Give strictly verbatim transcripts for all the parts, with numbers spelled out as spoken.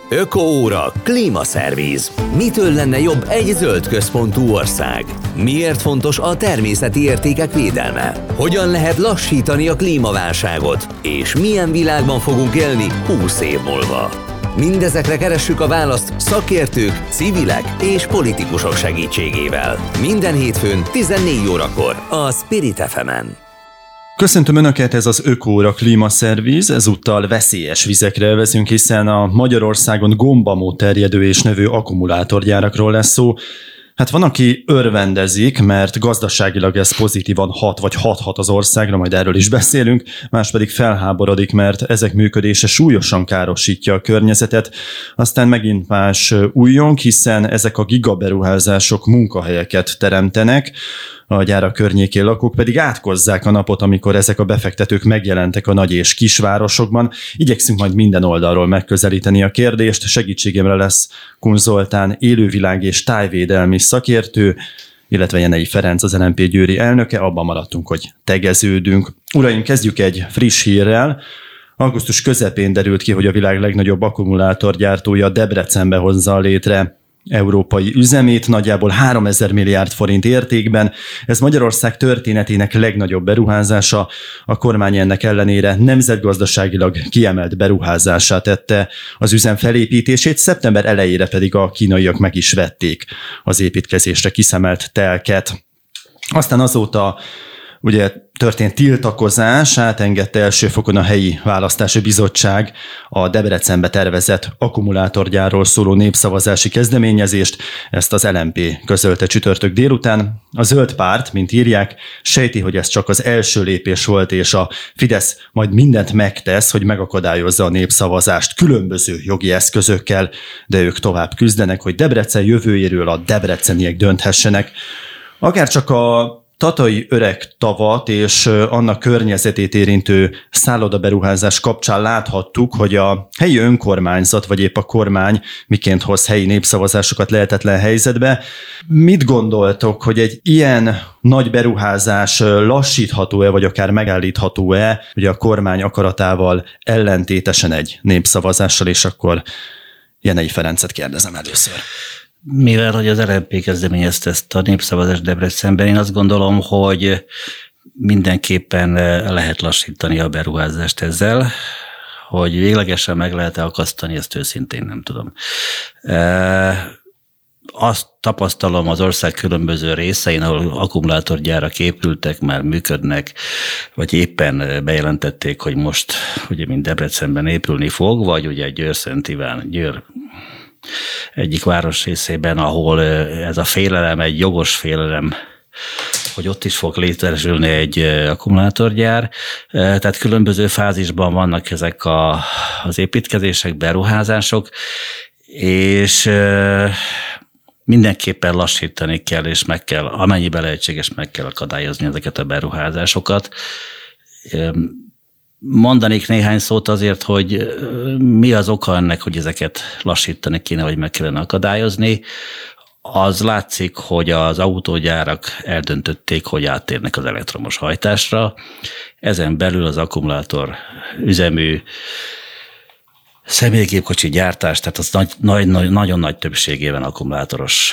Öko-óra, klímaszervíz. Mitől lenne jobb egy zöld központú ország? Miért fontos a természeti értékek védelme? Hogyan lehet lassítani a klímaválságot? És milyen világban fogunk élni húsz év múlva? Mindezekre keressük a választ szakértők, civilek és politikusok segítségével. Minden hétfőn tizennégy órakor a Spirit ef emen. Köszöntöm Önöket, ez az Öko-óra klímaszervíz, ezúttal veszélyes vizekre elvezünk, hiszen a Magyarországon gombamód terjedő és növő akkumulátorgyárakról lesz szó. Hát van, aki örvendezik, mert gazdaságilag ez pozitívan hat vagy hathat az országra, majd erről is beszélünk, más pedig felháborodik, mert ezek működése súlyosan károsítja a környezetet. Aztán megint más újjong, hiszen ezek a gigaberuházások munkahelyeket teremtenek, a gyárak környékén lakók pedig átkozzák a napot, amikor ezek a befektetők megjelentek a nagy és kisvárosokban. Igyekszünk majd minden oldalról megközelíteni a kérdést. Segítségemre lesz Kun Zoltán, élővilág és tájvédelmi szakértő, illetve Jenei Ferenc, az en en pé győri elnöke. Abban maradtunk, hogy tegeződünk. Uraim, kezdjük egy friss hírrel. Augusztus közepén derült ki, hogy a világ legnagyobb akkumulátorgyártója Debrecenbe hozza létre európai üzemét, nagyjából háromezer milliárd forint értékben. Ez Magyarország történetének legnagyobb beruházása. A kormány ennek ellenére nemzetgazdaságilag kiemelt beruházását tette az üzem felépítését, szeptember elejére pedig a kínaiak meg is vették az építkezésre kiszemelt telket. Aztán azóta ugye történt tiltakozás, átengedte első fokon a helyi választási bizottság a Debrecenbe tervezett akkumulátorgyárról szóló népszavazási kezdeményezést, ezt az el em pé közölte csütörtök délután. A Zöld Párt, mint írják, sejti, hogy ez csak az első lépés volt, és a Fidesz majd mindent megtesz, hogy megakadályozza a népszavazást különböző jogi eszközökkel, de ők tovább küzdenek, hogy Debrecen jövőjéről a debreceniek dönthessenek. Akárcsak a tatai öreg tavat és annak környezetét érintő szállodaberuházás kapcsán láthattuk, hogy a helyi önkormányzat, vagy épp a kormány miként hoz helyi népszavazásokat lehetetlen helyzetbe. Mit gondoltok, hogy egy ilyen nagy beruházás lassítható-e, vagy akár megállítható-e, ugye a kormány akaratával ellentétesen egy népszavazással, és akkor Jenei Ferencet kérdezem először. Mivel hogy az el em pé kezdeményezte ezt a népszavazást Debrecenben, én azt gondolom, hogy mindenképpen lehet lassítani a beruházást ezzel, hogy véglegesen meg lehet-e akasztani, ezt őszintén nem tudom. Azt tapasztalom az ország különböző részein, ahol akkumulátorgyárak épültek, már működnek, vagy éppen bejelentették, hogy most ugye mind Debrecenben épülni fog, vagy ugye Győr-Szent Iván, Győr egyik városrészében, ahol ez a félelem, egy jogos félelem, hogy ott is fog létesülni egy akkumulátorgyár. Tehát különböző fázisban vannak ezek a, az építkezések, beruházások, és mindenképpen lassítani kell, és meg kell, amennyiben lehetséges, meg kell akadályozni ezeket a beruházásokat. Mondanék néhány szót azért, hogy mi az oka ennek, hogy ezeket lassítani kéne, vagy meg kellene akadályozni. Az látszik, hogy az autógyárak eldöntötték, hogy áttérnek az elektromos hajtásra. Ezen belül az akkumulátor üzemű személygépkocsi gyártás, tehát az nagy, nagy, nagyon nagy többségében akkumulátoros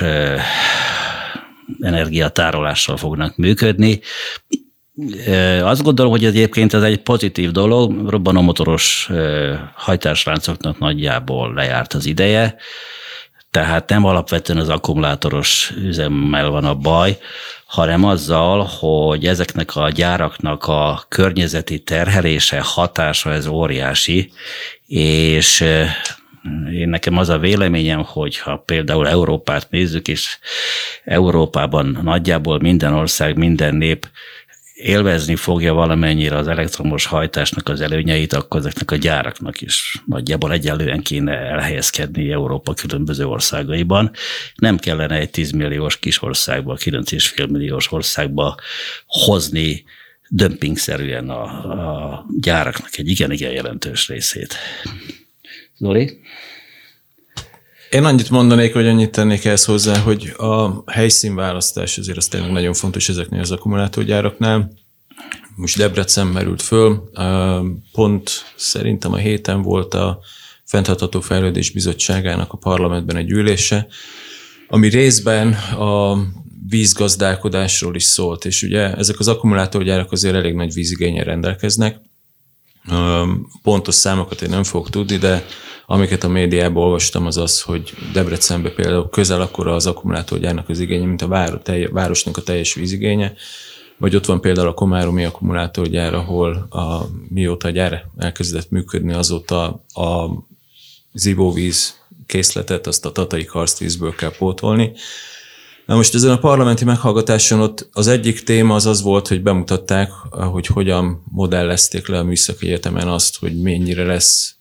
energiatárolással fognak működni. Azt gondolom, hogy egyébként ez egy pozitív dolog, robbanomotoros hajtásláncoknak nagyjából lejárt az ideje, tehát nem alapvetően az akkumulátoros üzemmel van a baj, hanem azzal, hogy ezeknek a gyáraknak a környezeti terhelése, hatása ez óriási, és én nekem az a véleményem, hogy ha például Európát nézzük, és Európában nagyjából minden ország, minden nép élvezni fogja valamennyire az elektromos hajtásnak az előnyeit, akkor ezeknek a gyáraknak is nagyjából egyenlően kéne elhelyezkedni Európa különböző országaiban. Nem kellene egy tíz milliós kis országba, kilenc és fél milliós országba hozni dömpingszerűen a, a gyáraknak egy igen-igen jelentős részét. Zoli? Én annyit mondanék, hogy annyit tennék ehhez hozzá, hogy a helyszínválasztás azért az tényleg nagyon fontos ezeknél az akkumulátorgyáraknál. Most Debrecen merült föl, pont szerintem a héten volt a Fenntartható Fejlődés Bizottságának a parlamentben egy ülése, ami részben a vízgazdálkodásról is szólt, és ugye ezek az akkumulátorgyárak azért elég nagy vízigénnyel rendelkeznek. Pontos számokat én nem fogok tudni, de amiket a médiában olvastam, az az, hogy Debrecenben például közel akkora az akkumulátorgyárnak az igénye, mint a városnak a teljes vízigénye, vagy ott van például a komáromi akkumulátorgyár, ahol a, mióta a gyár elkezdett működni, azóta a, az ivóvíz készletet, azt a tatai karsztvízből kell pótolni. Na most ezen a parlamenti meghallgatáson ott az egyik téma az az volt, hogy bemutatták, hogy hogyan modellezték le a Műszaki Egyetemen azt, hogy mennyire lesz,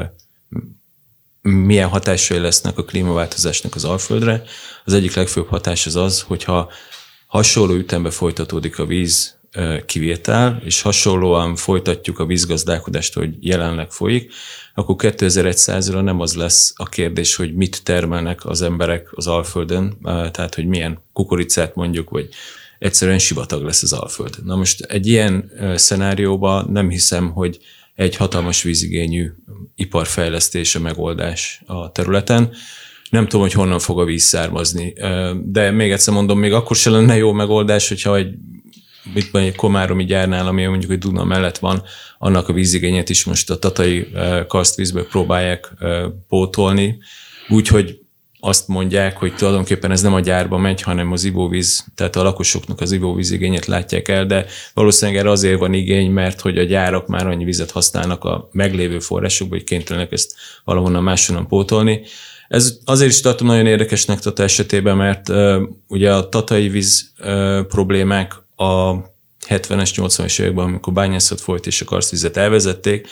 milyen hatásai lesznek a klímaváltozásnak az Alföldre. Az egyik legfőbb hatás az az, hogyha hasonló ütembe folytatódik a víz kivétel, és hasonlóan folytatjuk a vízgazdálkodást, hogy jelenleg folyik, akkor kétezer-százra nem az lesz a kérdés, hogy mit termelnek az emberek az Alföldön, tehát hogy milyen kukoricát mondjuk, vagy egyszerűen sivatag lesz az Alföld. Na most egy ilyen szenárióban nem hiszem, hogy egy hatalmas vízigényű iparfejlesztés a megoldás a területen. Nem tudom, hogy honnan fog a víz származni, de még egyszer mondom, még akkor sem lenne jó megoldás, hogyha egy itt van egy komáromi gyárnál, ami mondjuk egy Duna mellett van, annak a vízigényét is most a tatai karsztvízből próbálják pótolni, úgyhogy azt mondják, hogy tulajdonképpen ez nem a gyárba megy, hanem az ivóvíz, tehát a lakosoknak az ivóvíz igényét látják el, de valószínűleg erre azért van igény, mert hogy a gyárak már annyi vizet használnak a meglévő forrásokból, hogy kénytelenek ezt valahonnan máshonnan pótolni. Ez azért is tartom nagyon érdekesnek Tata esetében, mert uh, ugye a tatai víz uh, problémák a hetvenes, nyolcvanas években, amikor bányászat folyt és a karsztvizet elvezették,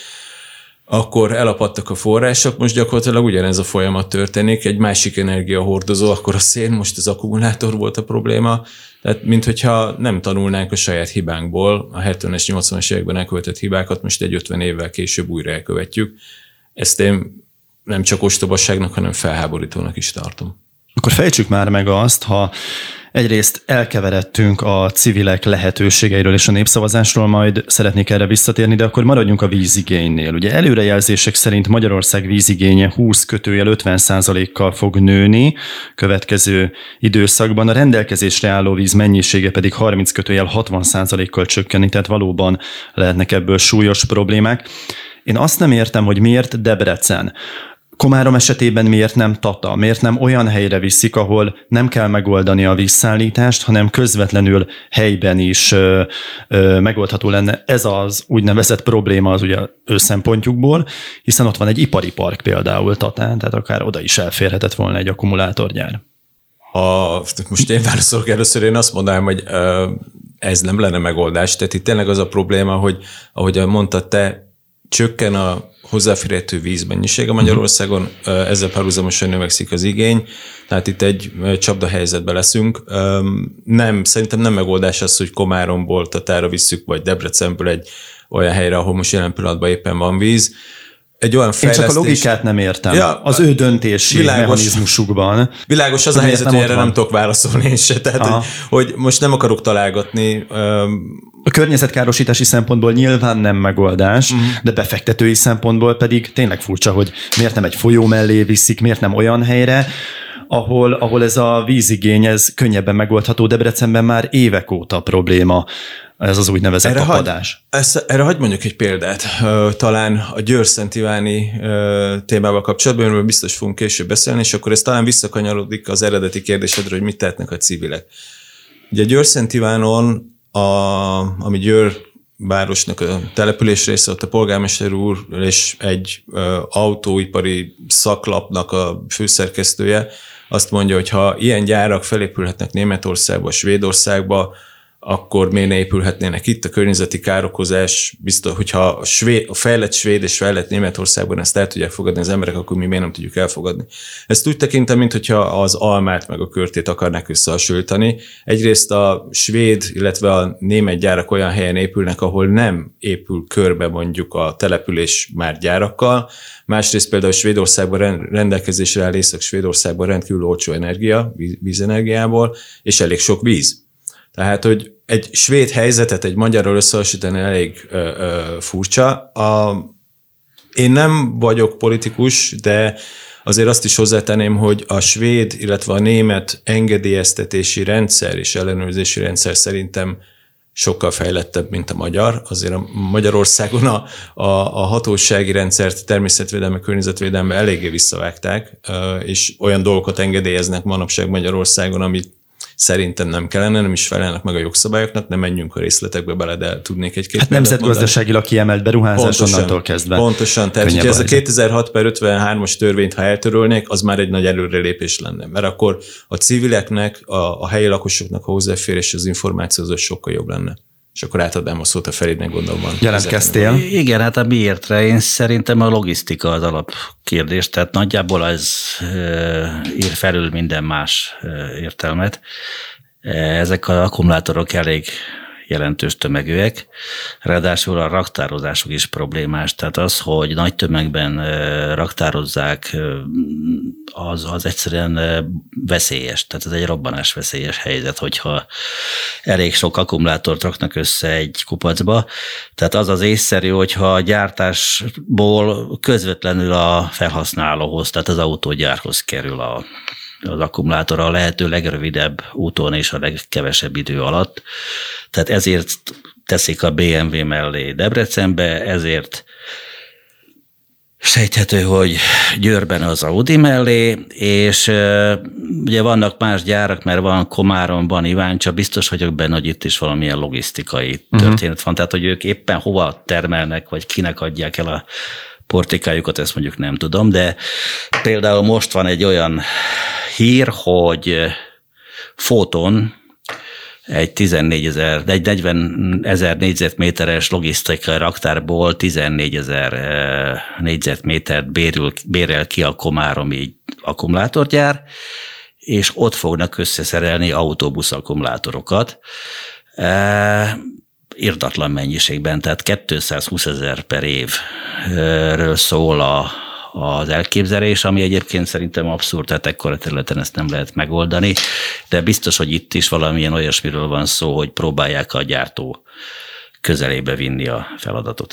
akkor elapadtak a források, most gyakorlatilag ugyanez a folyamat történik, egy másik energiahordozó, akkor a szén, most az akkumulátor volt a probléma, tehát minthogyha nem tanulnánk a saját hibánkból, a hetvenes, nyolcvanas években elkövetett hibákat most egy ötven évvel később újra elkövetjük. Ezt én nem csak ostobaságnak, hanem felháborítónak is tartom. Akkor fejtsük már meg azt, ha egyrészt elkeveredtünk a civilek lehetőségeiről és a népszavazásról, majd szeretnék erre visszatérni, de akkor maradjunk a vízigénynél. Ugye előrejelzések szerint Magyarország vízigénye húsz kötőjel ötven százalékkal fog nőni következő időszakban, a rendelkezésre álló víz mennyisége pedig harminc kötőjel hatvan százalékkal csökkenni, tehát valóban lehetnek ebből súlyos problémák. Én azt nem értem, hogy miért Debrecen. Komárom esetében miért nem Tata? Miért nem olyan helyre viszik, ahol nem kell megoldani a vízszállítást, hanem közvetlenül helyben is ö, ö, megoldható lenne ez az úgynevezett probléma az ugye ő szempontjukból, hiszen ott van egy ipari park például Tatán, tehát akár oda is elférhetett volna egy akkumulátorgyár. Ha most én válaszolok először, én azt mondanám, hogy ez nem lenne megoldás. Tehát itt tényleg az a probléma, hogy ahogy mondtad te, csökken a hozzáférhető vízmennyisége Magyarországon, ezzel párhuzamosan növekszik az igény, tehát itt egy csapdahelyzetben leszünk. Nem, szerintem nem megoldás az, hogy Komáromból Tatára visszük, vagy Debrecenből egy olyan helyre, ahol most jelen pillanatban éppen van víz. Egy olyan fejlesztés... Én csak a logikát nem értem. Ja, az ő döntési világos, mechanizmusukban. Világos az a helyzet, hogy erre nem tudok válaszolni én se. Tehát, hogy, hogy most nem akarok találgatni. A környezetkárosítási szempontból nyilván nem megoldás, uh-huh. de befektetői szempontból pedig tényleg furcsa, hogy miért nem egy folyó mellé viszik, miért nem olyan helyre, ahol, ahol ez a vízigény, ez könnyebben megoldható. Debrecenben már évek óta probléma ez az úgynevezett erre tapadás. Hagy, ezt, erre hagy mondjuk egy példát. Talán a Győr-Szent Iváni témával kapcsolatban, amiről biztos fogunk később beszélni, és akkor ez talán visszakanyarodik az eredeti kérdésedre, hogy mit tehetnek a civilek. Ugye Győr-Szent Ivánon, a, ami Győr városnak a település része, ott a polgármester úr és egy autóipari szaklapnak a főszerkesztője azt mondja, hogy ha ilyen gyárak felépülhetnek Németországba, Svédországba, akkor miért ne épülhetnének itt? A környezeti károkozás, biztos, hogyha a, svéd, a fejlett svéd és fejlett Németországban ezt el tudják fogadni az emberek, akkor mi miért nem tudjuk elfogadni. Ezt úgy tekintem, mintha az almát meg a körtét akarnák összehasonlítani. Egyrészt a svéd, illetve a német gyárak olyan helyen épülnek, ahol nem épül körbe mondjuk a település már gyárakkal. Másrészt például Svédországban rendelkezésre áll Észak-Svédországban rendkívül olcsó energia, vízenergiából, és elég sok víz. Tehát, hogy egy svéd helyzetet egy magyarról összehasonlítani elég ö, ö, furcsa. A, Én nem vagyok politikus, de azért azt is hozzátenném, hogy a svéd, illetve a német engedélyeztetési rendszer és ellenőrzési rendszer szerintem sokkal fejlettebb, mint a magyar. Azért a Magyarországon a, a, a hatósági rendszert, természetvédelme, környezetvédelme eléggé visszavágták, és olyan dolgokat engedélyeznek manapság Magyarországon, amit szerintem nem kellene, nem is felelnek meg a jogszabályoknak, nem menjünk a részletekbe bele, de tudnék egy-két. Hát nemzetgazdaságilag kiemelt beruházás pontosan, onnantól kezdve. Pontosan, tehát hogyha ez a kétezer-hat per ötvenhármas törvényt, ha eltörölnék, az már egy nagy előrelépés lenne, mert akkor a civileknek, a, a helyi lakosoknak a hozzáférés az információhoz sokkal jobb lenne. És akkor átadnám a szót a Feridnek, gondolom van. Jelentkeztél? Igen, hát a miértre én szerintem a logisztika az alapkérdés, tehát nagyjából ez ír felül minden más értelmet. Ezek az akkumulátorok elég jelentős tömegűek, ráadásul a raktározásuk is problémás, tehát az, hogy nagy tömegben raktározzák, az, az egyszerűen veszélyes, tehát ez egy robbanás veszélyes helyzet, hogyha elég sok akkumulátort raknak össze egy kupacba, tehát az az észszerű, hogyha a gyártásból közvetlenül a felhasználóhoz, tehát az autógyárhoz kerül a az akkumulátor a lehető legrövidebb úton és a legkevesebb idő alatt. Tehát ezért teszik a bé em vé mellé Debrecenbe, ezért sejthető, hogy Győrben az Audi mellé, és ugye vannak más gyárak, mert van Komárom, van Iváncsa, biztos vagyok benne, hogy itt is valamilyen logisztikai történet uh-huh. van, tehát hogy ők éppen hova termelnek, vagy kinek adják el a portikájukat, ezt mondjuk nem tudom, de például most van egy olyan hír, hogy Foton egy tizennégyezer, egy negyvenezer négyzetméteres logisztikai raktárból tizennégyezer négyzetmétert bérül, bérel ki a komáromi akkumulátorgyár, és ott fognak összeszerelni autóbusz akkumulátorokat. Irdatlan mennyiségben, tehát kétszázhúszezer per évről szól a, az elképzelés, ami egyébként szerintem abszurd, tehát ekkora területen ezt nem lehet megoldani, de biztos, hogy itt is valamilyen olyasmiről van szó, hogy próbálják a gyártó közelébe vinni a feladatot.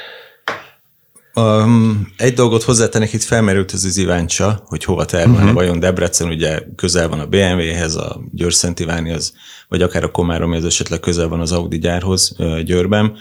Um, egy dolgot hozzátennék, itt felmerült ez az Iváncsa, hogy hova termelni, uh-huh. vajon Debrecen, ugye közel van a bé em vé-hez, a Győr-Szent Iváni, az, vagy akár a Komáromi, az esetleg közel van az Audi gyárhoz Győrben.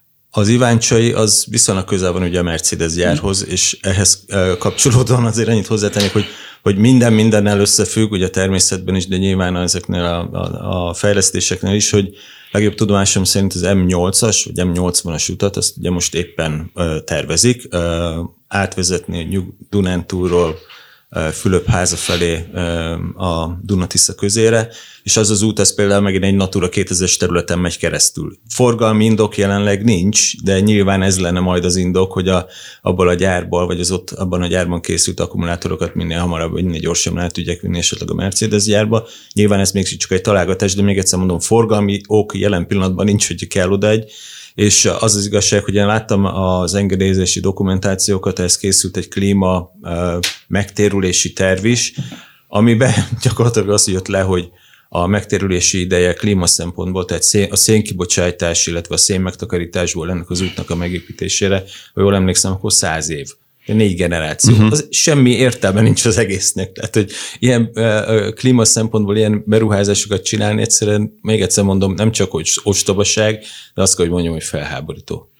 Az Iváncsai az viszonylag közel van ugye a Mercedes gyárhoz, és ehhez kapcsolódóan azért annyit hozzátennék, hogy, hogy minden mindennel összefügg, ugye a természetben is, de nyilván ezeknél a, a, a fejlesztéseknél is, hogy legjobb tudomásom szerint az em nyolcas, vagy em nyolcvanas utat, azt ugye most éppen uh, tervezik, uh, átvezetni a Nyug-Dunántúlról uh, Fülöp-háza felé uh, a Duna-Tisza közére, és az az út, az például megint egy Natura kétezres területen megy keresztül. Forgalmi indok jelenleg nincs, de nyilván ez lenne majd az indok, hogy a, abból a gyárból, vagy az ott abban a gyárban készült akkumulátorokat minél hamarabb, vagy minél gyorsabban át tudják vinni esetleg a Mercedes gyárba. Nyilván ez még csak egy találgatás, de még egyszer mondom, forgalmi ok jelen pillanatban nincs, hogy kell oda egy. És az az igazság, hogy én láttam az engedélyezési dokumentációkat, ehhez készült egy klíma megtérülési terv is, amiben gyakorlatilag az jött le, hogy a megtérülési ideje klíma szempontból, tehát a szénkibocsátás, illetve a szén megtakarításból ennek az útnak a megépítésére, ha jól emlékszem, akkor száz év. Négy generáció. Uh-huh. Az semmi értelme nincs az egésznek. Tehát, hogy ilyen uh, klíma szempontból ilyen beruházásokat csinálni egyszerűen, még egyszer mondom, nem csak hogy ostobaság, de azt kell, hogy mondjam, hogy felháborító.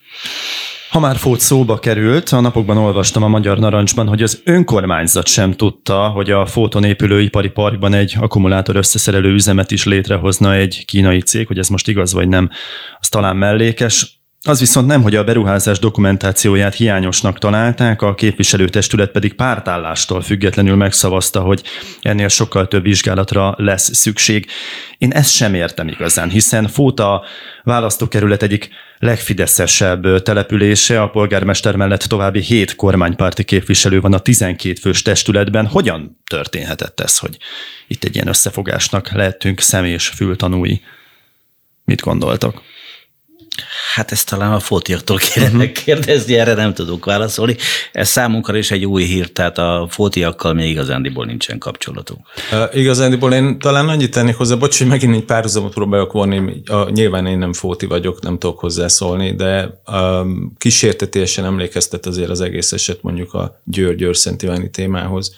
Ha már Fót szóba került, a napokban olvastam a Magyar Narancsban, hogy az önkormányzat sem tudta, hogy a Fóton épülő ipari parkban egy akkumulátor összeszerelő üzemet is létrehozna egy kínai cég, hogy ez most igaz vagy nem, az talán mellékes. Az viszont nem, hogy a beruházás dokumentációját hiányosnak találták, a képviselőtestület pedig pártállástól függetlenül megszavazta, hogy ennél sokkal több vizsgálatra lesz szükség. Én ezt sem értem igazán, hiszen Fót a választókerület egyik legfideszesebb települése, a polgármester mellett további hét kormánypárti képviselő van a tizenkét fős testületben. Hogyan történhetett ez, hogy itt egy ilyen összefogásnak lehetünk szem és fültanúi? Mit gondoltak? Hát ezt talán a Fótiaktól kéne kérdezni, erre nem tudunk válaszolni. Ez számunkra is egy új hír, tehát a Fótiakkal még igazándiból nincsen kapcsolatunk. Uh, igazándiból én talán annyit tennék hozzá, bocs, hogy megint egy párhuzamot próbálok vonni, uh, nyilván én nem Fóti vagyok, nem tudok hozzászólni, de um, kísértetésen emlékeztet azért az egész eset mondjuk a Győr-Győr-Szent témához.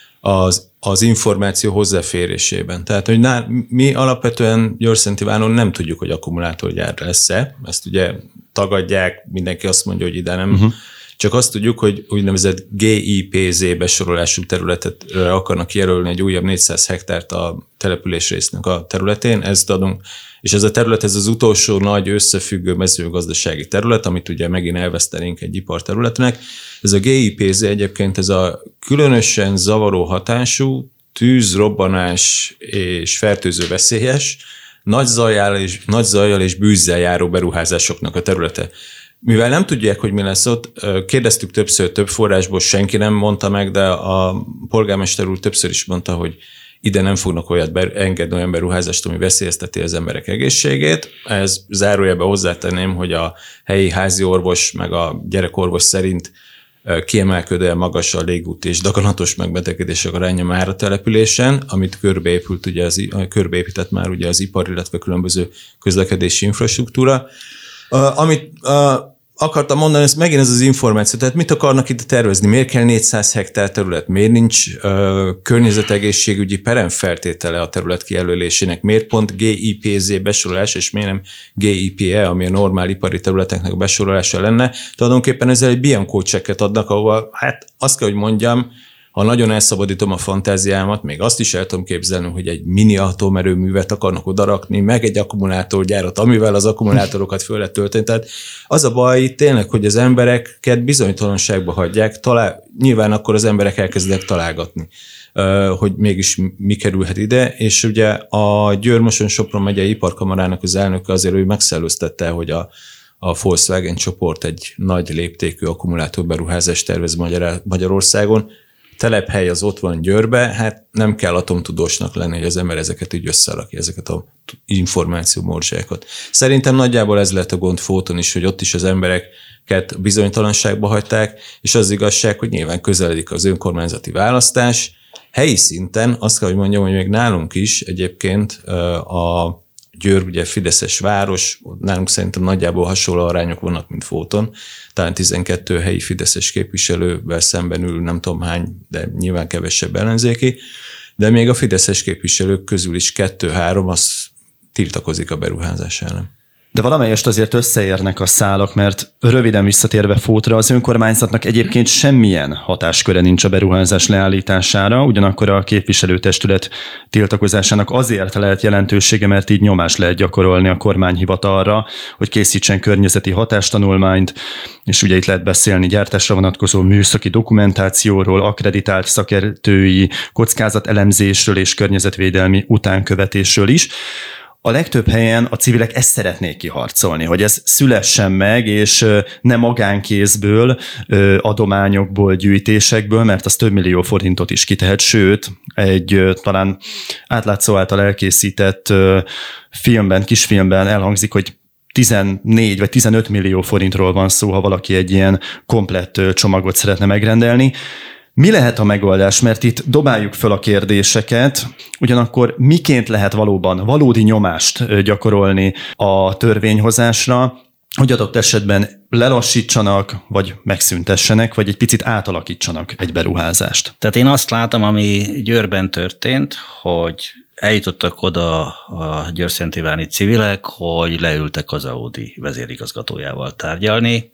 Az, az információ hozzáférésében. Tehát, hogy ná, mi alapvetően Győr-Szent Ivánon nem tudjuk, hogy akkumulátorgyár lesz-e. Ezt ugye tagadják, mindenki azt mondja, hogy ide nem. Uh-huh. Csak azt tudjuk, hogy úgynevezett gé i pé zé besorolású területet akarnak jelölni egy újabb négyszáz hektárt a településrésznek a területén. Ezt adunk. És ez a terület, ez az utolsó nagy összefüggő mezőgazdasági terület, amit ugye megint elvesztenénk egy iparterületnek. Ez a gé i pé zé egyébként ez a különösen zavaró hatású, tűz, robbanás és fertőző veszélyes, nagy zajjal és, nagy zajjal és bűzzel járó beruházásoknak a területe. Mivel nem tudják, hogy mi lesz ott, kérdeztük többször, több forrásból, senki nem mondta meg, de a polgármester úr többször is mondta, hogy ide nem fognak olyat be, engedni olyan beruházást, ami veszélyezteti az emberek egészségét. Ez zárójelben hozzátenném, hogy a helyi házi orvos meg a gyerekorvos szerint kiemelkedően magas a légúti és daganatos megbetegedések aránya már a településen, amit körbeépült, ugye az, körbeépített már ugye az ipar, illetve különböző közlekedési infrastruktúra. Uh, amit uh, akartam mondani, ez megint ez az információ. Tehát mit akarnak itt tervezni? Miért kell négyszáz hektár terület? Miért nincs uh, környezetegészségügyi peremfeltétele a terület kijelölésének? Miért pont gé i pé zé besorolás, és miért nem gé i pé e, ami a normál ipari területeknek a besorolása lenne? Tulajdonképpen ezzel egy Bianco csekket adnak, ahol hát azt kell, hogy mondjam, ha nagyon elszabadítom a fantáziámat, még azt is el tudom képzelni, hogy egy mini atomerőművet akarnak odarakni, meg egy akkumulátorgyárat, amivel az akkumulátorokat föl lehet tölteni. Tehát az a baj tényleg, hogy az embereket bizonytalanságba hagyják, talál, nyilván akkor az emberek elkezdenek találgatni, hogy mégis mi kerülhet ide, és ugye a Győr-Moson-Sopron megyei iparkamarának az elnöke azért ő megszellőztette, hogy a a Volkswagen csoport egy nagy léptékű akkumulátorberuházást tervez Magyar- Magyarországon. Telephely az ott van Győrbe, hát nem kell atomtudósnak lenni, hogy az ember ezeket így összerakja, ezeket az információmorzsákat. Szerintem nagyjából ez lett a gond Fóton is, hogy ott is az embereket bizonytalanságba hagyták, és az igazság, hogy nyilván közeledik az önkormányzati választás. Helyi szinten azt kell, hogy mondjam, hogy még nálunk is egyébként a Győr ugye fideszes város, nálunk szerintem nagyjából hasonló arányok vannak, mint Fóton. Talán tizenkét helyi fideszes képviselővel szemben ül nem tudom hány, de nyilván kevesebb ellenzéki, de még a fideszes képviselők közül is kettő-három az tiltakozik a beruházás ellen. De valamelyest azért összeérnek a szálak, mert röviden visszatérve Fótra, az önkormányzatnak egyébként semmilyen hatásköre nincs a beruházás leállítására, ugyanakkor a képviselőtestület tiltakozásának azért lehet jelentősége, mert így nyomást lehet gyakorolni a kormányhivatalra, hogy készítsen környezeti hatástanulmányt, és ugye itt lehet beszélni gyártásra vonatkozó műszaki dokumentációról, akkreditált szakértői kockázatelemzésről és környezetvédelmi utánkövetésről is. A legtöbb helyen a civilek ezt szeretnék kiharcolni, hogy ez szülessen meg, és ne magánkézből, adományokból, gyűjtésekből, mert az több millió forintot is kitehet, sőt, egy talán átlátszó által elkészített filmben, kisfilmben elhangzik, hogy tizennégy vagy tizenöt millió forintról van szó, ha valaki egy ilyen komplett csomagot szeretne megrendelni. Mi lehet a megoldás? Mert itt dobáljuk föl a kérdéseket, ugyanakkor miként lehet valóban valódi nyomást gyakorolni a törvényhozásra, hogy adott esetben lelassítsanak, vagy megszüntessenek, vagy egy picit átalakítsanak egy beruházást? Tehát én azt látom, ami Győrben történt, hogy eljutottak oda a győr-szentiváni civilek, hogy leültek az Audi vezérigazgatójával tárgyalni,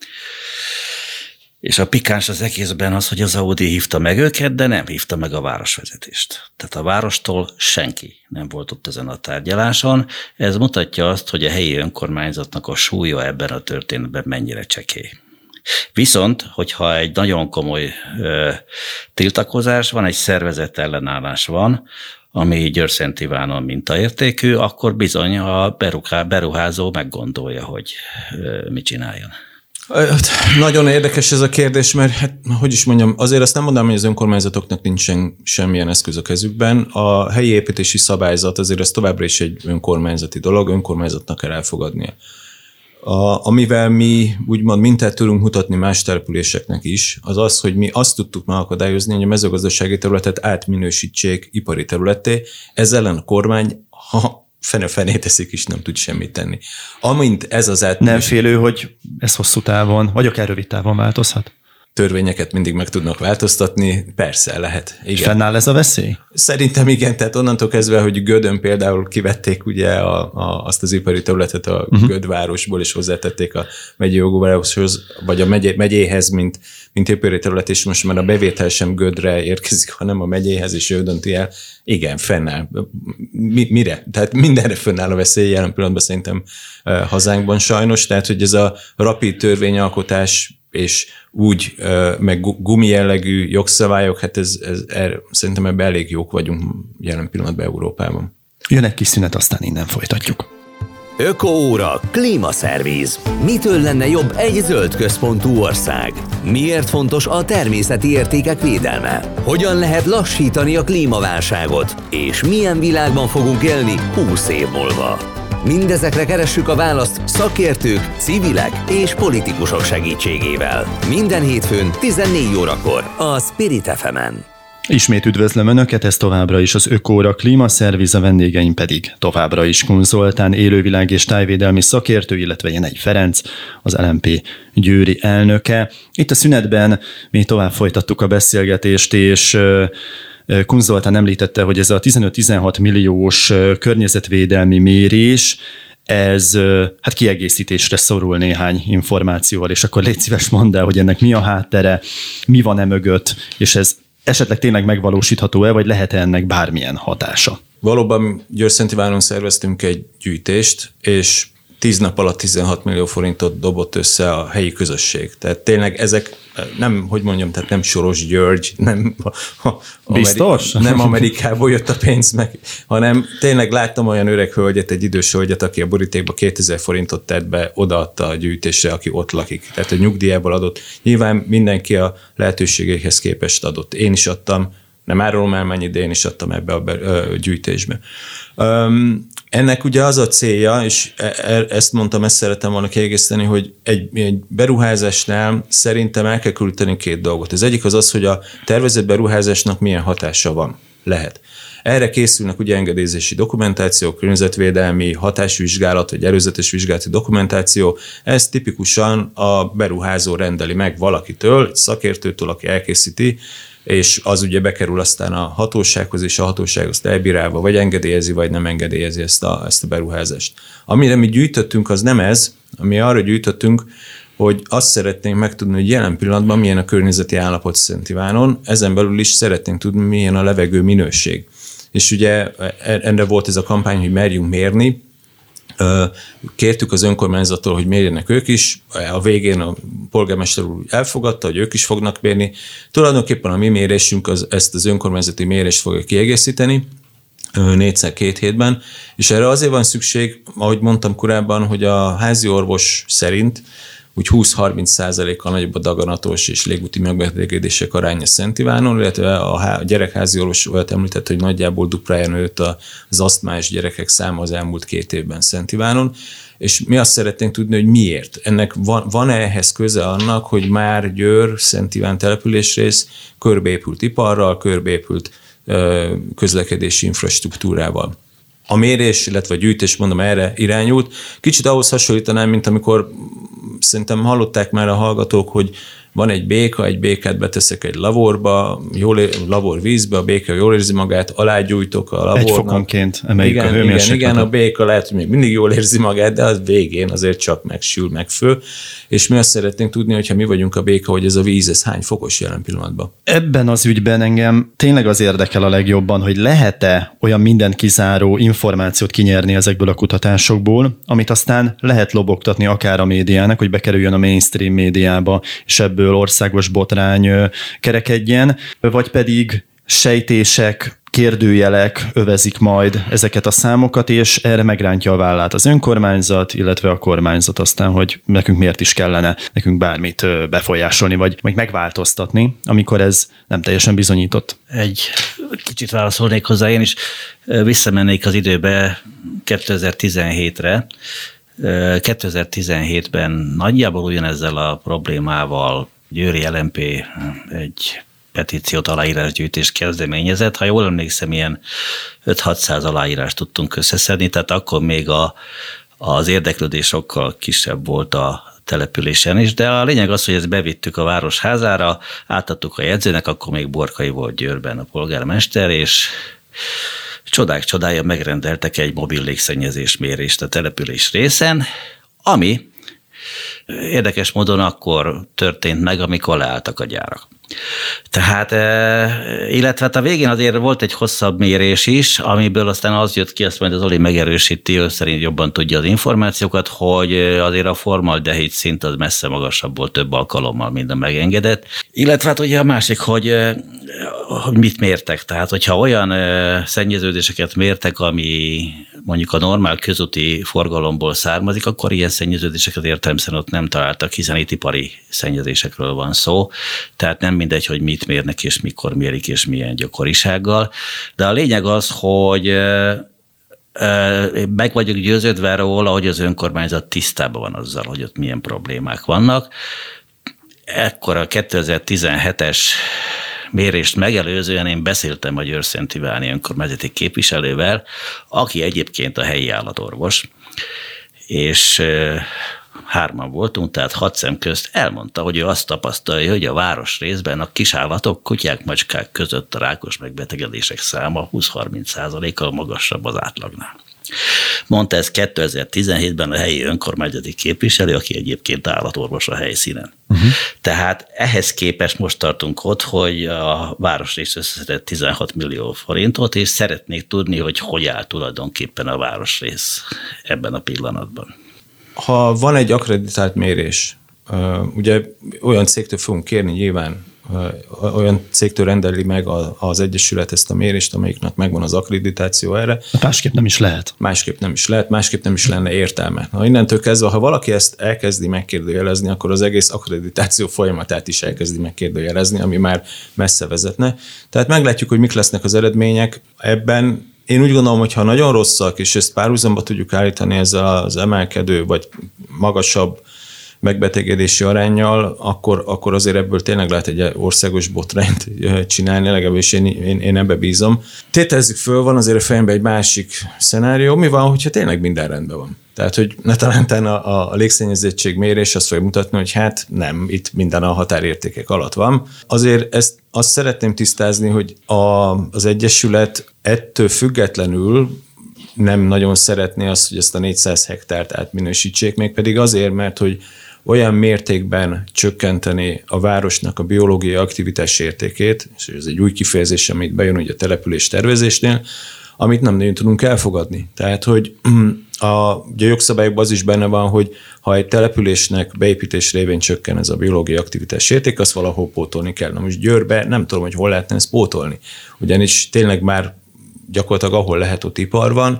és a pikáns az egészben az, hogy az Audi hívta meg őket, de nem hívta meg a városvezetést. Tehát a várostól senki nem volt ott ezen a tárgyaláson. Ez mutatja azt, hogy a helyi önkormányzatnak a súlya ebben a történetben mennyire csekély. Viszont, hogyha egy nagyon komoly ö, tiltakozás van, egy szervezett ellenállás van, ami Győr-Szent Ivánon mintaértékű, akkor bizony a beruházó meggondolja, hogy ö, mit csináljon. Nagyon érdekes ez a kérdés, mert hát, hogy is mondjam, azért azt nem mondom, hogy az önkormányzatoknak nincsen semmilyen eszköz a kezükben. A helyi építési szabályzat azért ez továbbra is egy önkormányzati dolog, önkormányzatnak kell elfogadnia. A, amivel mi úgymond mintát tudunk mutatni más településeknek is, az az, hogy mi azt tudtuk megakadályozni, hogy a mezőgazdasági területet átminősítsék ipari területté, ezzel ellen a kormány, ha fene-fené teszik is, nem tud semmit tenni. Amint ez az átminősítés... Nem félő, hogy ez hosszú távon, vagy akár rövid távon változhat? Törvényeket mindig meg tudnak változtatni, persze lehet. Igen. Fennáll ez a veszély? Szerintem igen, tehát onnantól kezdve, hogy Gödön például kivették ugye a, a, azt az ipari területet a uh-huh. Gödvárosból, és hozzátették a megyei jogvároshoz, vagy a megyé, megyéhez, mint, mint ipari terület, és most már a bevétel sem Gödre érkezik, hanem a megyéhez, és ő dönti el. Igen, fennáll. Mi, mire? Tehát mindenre fennáll a veszély, jelen pillanatban szerintem hazánkban sajnos, tehát hogy ez a rapid törvényalkotás és úgy, meg gumi jellegű jogszabályok, hát ez, ez, ez, szerintem ebben elég jók vagyunk jelen pillanatban Európában. Jön egy kis szünet, aztán innen folytatjuk. Ökoóra, klímaszervíz. Mitől lenne jobb egy zöld központú ország? Miért fontos a természeti értékek védelme? Hogyan lehet lassítani a klímaválságot? És milyen világban fogunk élni húsz év múlva? Mindezekre keressük a választ szakértők, civilek és politikusok segítségével. Minden hétfőn tizennégy órakor a Spirit ef emen. Ismét üdvözlöm Önöket, ez továbbra is az Ökóra klímaszerviz, a vendégeim pedig továbbra is Kun Zoltán, élővilág és tájvédelmi szakértő, illetve Jenei Ferenc, az el em pé győri elnöke. Itt a szünetben mi tovább folytattuk a beszélgetést, és Kun Zoltán említette, hogy ez a tizenöt-tizenhat milliós környezetvédelmi mérés, ez hát kiegészítésre szorul néhány információval, és akkor légy szíves, mondd el, hogy ennek mi a háttere, mi van e mögött, és ez esetleg tényleg megvalósítható-e, vagy lehet-e ennek bármilyen hatása? Valóban Győr-Szentiváron szerveztünk egy gyűjtést, és tíz nap alatt tizenhat millió forintot dobott össze a helyi közösség. Tehát tényleg ezek nem, hogy mondjam, tehát nem Soros György, nem, Biztos? Ameri- nem Amerikából jött a pénz meg, hanem tényleg láttam olyan öreg hölgyet, egy idős hölgyet, aki a borítékba kétezer forintot tett be, odaadta a gyűjtésre, aki ott lakik. Tehát a nyugdíjából adott. Nyilván mindenki a lehetőségeihez képest adott. Én is adtam, nem árulom el mennyit, de én is adtam ebbe a gyűjtésbe. Um, ennek ugye az a célja, és ezt mondtam, ezt szeretem volna kiegészíteni, hogy egy, egy beruházásnál szerintem el kell küldeni két dolgot. Az egyik az az, hogy a tervezett beruházásnak milyen hatása van, lehet. Erre készülnek ugye engedélyezési dokumentáció, környezetvédelmi hatásvizsgálat, vagy előzetes vizsgálati dokumentáció. Ez tipikusan a beruházó rendeli meg valakitől, egy szakértőtől, aki elkészíti, és az ugye bekerül aztán a hatósághoz, és a hatóság azt elbírálva, vagy engedélyezi, vagy nem engedélyezi ezt a, ezt a beruházást. Amire mi gyűjtöttünk, az nem ez, ami arra gyűjtöttünk, hogy azt szeretnénk megtudni, hogy jelen pillanatban milyen a környezeti állapot Szentivánon, ezen belül is szeretnénk tudni, milyen a levegő minőség. És ugye erre volt ez a kampány, hogy merjünk mérni. Kértük az önkormányzattól, hogy mérjenek ők is, a végén a polgármester úr elfogadta, hogy ők is fognak mérni. Tulajdonképpen a mi mérésünk az, ezt az önkormányzati mérést fogja kiegészíteni, négyszer két hétben, és erre azért van szükség, ahogy mondtam korábban, hogy a házi orvos szerint úgy húsz-harminc százalékkal nagyobb a daganatos és légúti megbetegedések aránya Szentivánon, illetve a gyerekházi orvos olyat említett, hogy nagyjából duplája nőtt az asztmás gyerekek száma az elmúlt két évben Szentivánon, és mi azt szeretnénk tudni, hogy miért. Ennek van, van-e ehhez köze annak, hogy már Győr, Szentiván településrész körbeépült iparral, körbeépült közlekedési infrastruktúrával. A mérés, illetve a gyűjtés, mondom, erre irányult. Kicsit ahhoz hasonlítanám, mint amikor szerintem hallották már a hallgatók, hogy van egy béka, egy békát beteszek egy lavorba, jól ér, lavor vízbe, a béka jól érzi magát, alágyújtok a lavornak. Egy fokonként emeljük igen, a hőmérsékletet. Igen, igen, a béka lehet, hogy még mindig jól érzi magát, de az végén azért csak megsül, megfő. És mi azt szeretnénk tudni, hogyha mi vagyunk a béka, hogy ez a víz, ez hány fokos jelen pillanatban. Ebben az ügyben engem tényleg az érdekel a legjobban, hogy lehet-e olyan mindent kizáró információt kinyerni ezekből a kutatásokból, amit aztán lehet lobogtatni akár a médiának, hogy bekerüljön a mainstream médiába, és ebből országos botrány kerekedjen, vagy pedig sejtések, kérdőjelek övezik majd ezeket a számokat, és erre megrántja a vállát az önkormányzat, illetve a kormányzat aztán, hogy nekünk miért is kellene nekünk bármit befolyásolni, vagy, vagy megváltoztatni, amikor ez nem teljesen bizonyított. Egy kicsit válaszolnék hozzá, én is visszamennék az időbe kétezer-tizenhétre, kétezer-tizenhétben nagyjából ugyanezzel a problémával Győri el em pé egy petíciót, aláírásgyűjtést kezdeményezett. Ha jól emlékszem, ilyen öt-hatszáz aláírást tudtunk összeszedni, tehát akkor még a, az érdeklődés sokkal kisebb volt a településen is, de a lényeg az, hogy ezt bevittük a városházára, átadtuk a jegyzőnek, akkor még Borkai volt Győrben a polgármester, és csodák csodája megrendeltek egy mobil légszennyezés mérést a település részen, ami érdekes módon akkor történt meg, amikor leálltak a gyárak. Tehát, illetve hát a végén azért volt egy hosszabb mérés is, amiből aztán az jött ki, azt majd az Oli megerősíti, ő szerint jobban tudja az információkat, hogy azért a formaldehid szint az messze magasabb volt több alkalommal, mint a megengedett. Illetve hát ugye a másik, hogy, hogy mit mértek. Tehát, hogyha olyan szennyeződéseket mértek, ami mondjuk a normál közúti forgalomból származik, akkor ilyen szennyeződéseket értelemszerűen ott nem találtak, hiszen itt ipari szennyezésekről van szó. Tehát nem mindegy, hogy mit mérnek, és mikor mérik, és milyen gyakorisággal. De a lényeg az, hogy meg vagyok győződve róla, hogy az önkormányzat tisztában van azzal, hogy ott milyen problémák vannak. Ekkor a kétezer-tizenhetes mérést megelőzően én beszéltem a Győr-Szent Iváni önkormányzati képviselővel, aki egyébként a helyi állatorvos, és hárman voltunk, tehát hat szem közt elmondta, hogy ő azt tapasztalja, hogy a városrészben a kisállatok, kutyák, macskák között a rákos megbetegedések száma húsz-harminc százalékkal magasabb az átlagnál. Mondta ez kétezer-tizenhétben a helyi önkormányzati képviselő, aki egyébként állatorvos a helyszínen. Uh-huh. Tehát ehhez képest most tartunk ott, hogy a városrész összeszedett tizenhat millió forintot, és szeretnék tudni, hogy hogy áll tulajdonképpen a városrész ebben a pillanatban. Ha van egy akkreditált mérés, ugye olyan cégtől fogunk kérni nyilván, olyan cégtől rendeli meg az Egyesület ezt a mérést, amelyiknek megvan az akkreditáció erre. Másképp nem is lehet. Másképp nem is lehet, másképp nem is lenne értelme. Ha innentől kezdve, ha valaki ezt elkezdi megkérdőjelezni, akkor az egész akkreditáció folyamatát is elkezdi megkérdőjelezni, ami már messze vezetne. Tehát meglátjuk, hogy mik lesznek az eredmények ebben. Én úgy gondolom, hogy ha nagyon rosszak, és ezt párhuzamba tudjuk állítani ezzel az emelkedő, vagy magasabb megbetegedési aránnyal, akkor, akkor azért ebből tényleg lehet egy országos botrányt csinálni, legalábbis én, én, én ebbe bízom. Tételezzük föl, van azért a fejemben egy másik szenárió, mi van, hogyha tényleg minden rendben van. Tehát, hogy ne talán a, a légszennyezettség mérés azt fogja mutatni, hogy hát nem, itt minden a határértékek alatt van. Azért ezt azt szeretném tisztázni, hogy a, az Egyesület ettől függetlenül nem nagyon szeretné azt, hogy ezt a négyszáz hektárt átminősítsék, mégpedig azért, mert hogy olyan mértékben csökkenteni a városnak a biológiai aktivitás értékét, és ez egy új kifejezés, amit bejön ugye a település tervezésnél, amit nem nagyon tudunk elfogadni. Tehát, hogy a, ugye a jogszabályokban az is benne van, hogy ha egy településnek beépítés révén csökken ez a biológiai aktivitás érték, azt valahol pótolni kell. Na most Győrbe nem tudom, hogy hol lehetne ezt pótolni. Ugyanis tényleg már gyakorlatilag ahol lehet, ott ipar van,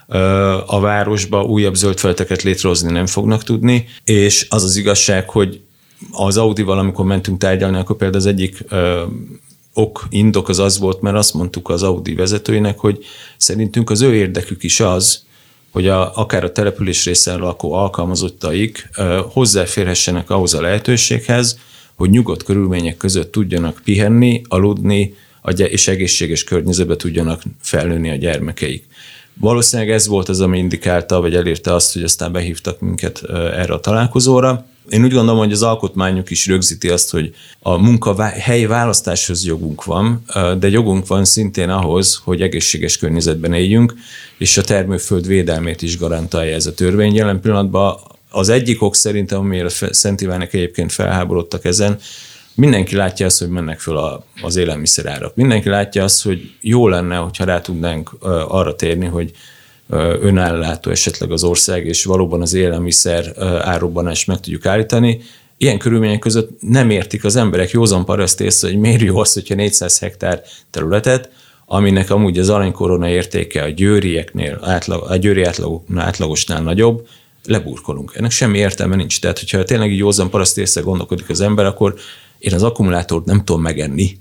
a városba újabb zöldfelületeket létrehozni nem fognak tudni, és az az igazság, hogy az Audival, amikor mentünk tárgyalni, akkor például az egyik ö, ok, indok az az volt, mert azt mondtuk az Audi vezetőinek, hogy szerintünk az ő érdekük is az, hogy a, akár a település részen lakó alkalmazottaik ö, hozzáférhessenek ahhoz a lehetőséghez, hogy nyugodt körülmények között tudjanak pihenni, aludni, és egészséges környezetbe tudjanak felnőni a gyermekeik. Valószínűleg ez volt az, ami indikálta, vagy elérte azt, hogy aztán behívtak minket erre a találkozóra. Én úgy gondolom, hogy az alkotmányuk is rögzíti azt, hogy a munkahely választáshoz jogunk van, de jogunk van szintén ahhoz, hogy egészséges környezetben éljünk, és a termőföld védelmét is garantálja ez a törvény. Jelen pillanatban az egyik ok szerintem, amire Szent Ivánek egyébként felháborodtak ezen, mindenki látja azt, hogy mennek föl a, az élelmiszerárak. Mindenki látja azt, hogy jó lenne, hogyha rá tudnánk arra térni, hogy önállátó esetleg az ország, és valóban az élelmiszer árrobbanást meg tudjuk állítani. Ilyen körülmények között nem értik az emberek józan paraszt észre, hogy miért jó az, hogyha négyszáz hektár területet, aminek amúgy az aranykorona értéke a győrieknél, átlag, a győri átlag, átlagosnál nagyobb, leburkolunk. Ennek semmi értelme nincs. Tehát, hogyha tényleg így józan paraszt észre gondolkodik az ember, akkor én az akkumulátort nem tudom megenni,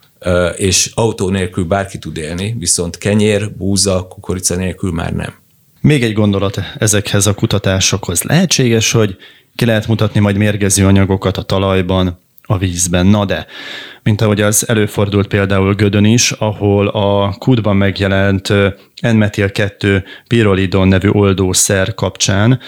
és autó nélkül bárki tud élni, viszont kenyér, búza, kukorica nélkül már nem. Még egy gondolat ezekhez a kutatásokhoz. Lehetséges, hogy ki lehet mutatni majd mérgező anyagokat a talajban, a vízben. Na de, mint ahogy az előfordult például Gödön is, ahol a kútban megjelent en metil kettő pirolidon nevű oldószer kapcsán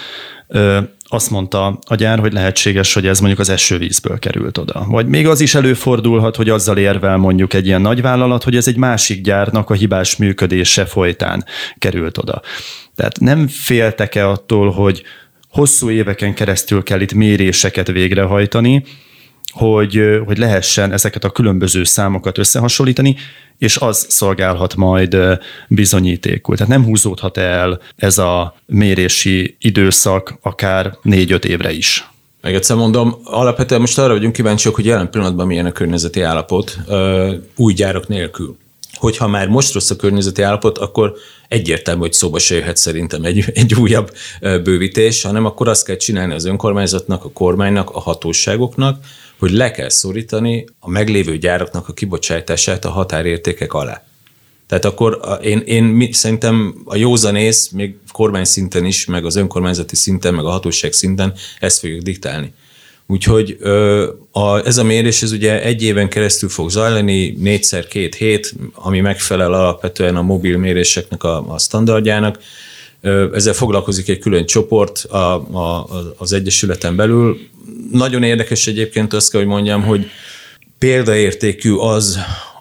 azt mondta a gyár, hogy lehetséges, hogy ez mondjuk az esővízből került oda. Vagy még az is előfordulhat, hogy azzal érvel mondjuk egy ilyen nagyvállalat, hogy ez egy másik gyárnak a hibás működése folytán került oda. Tehát nem féltek-e attól, hogy hosszú éveken keresztül kell itt méréseket végrehajtani, hogy, hogy lehessen ezeket a különböző számokat összehasonlítani, és az szolgálhat majd bizonyítékul. Tehát nem húzódhat el ez a mérési időszak akár négy-öt évre is. Meg egyszer mondom, alapvetően most arra vagyunk kíváncsiak, hogy jelen pillanatban milyen a környezeti állapot új gyárak nélkül. Hogyha már most rossz a környezeti állapot, akkor egyértelmű, hogy szóba se jöhet szerintem egy, egy újabb bővítés, hanem akkor azt kell csinálni az önkormányzatnak, a kormánynak, a hatóságoknak, hogy le kell szorítani a meglévő gyáraknak a kibocsátását a határértékek alá. Tehát akkor én, én szerintem a józanész még kormány szinten is, meg az önkormányzati szinten, meg a hatóság szinten ezt fogjuk diktálni. Úgyhogy a, ez a mérés ez ugye egy éven keresztül fog zajlani, négyszer két hét, ami megfelel alapvetően a mobil méréseknek a, a standardjának. Ezzel foglalkozik egy külön csoport a, a, az Egyesületen belül. Nagyon érdekes egyébként azt kell, hogy mondjam, hogy példaértékű az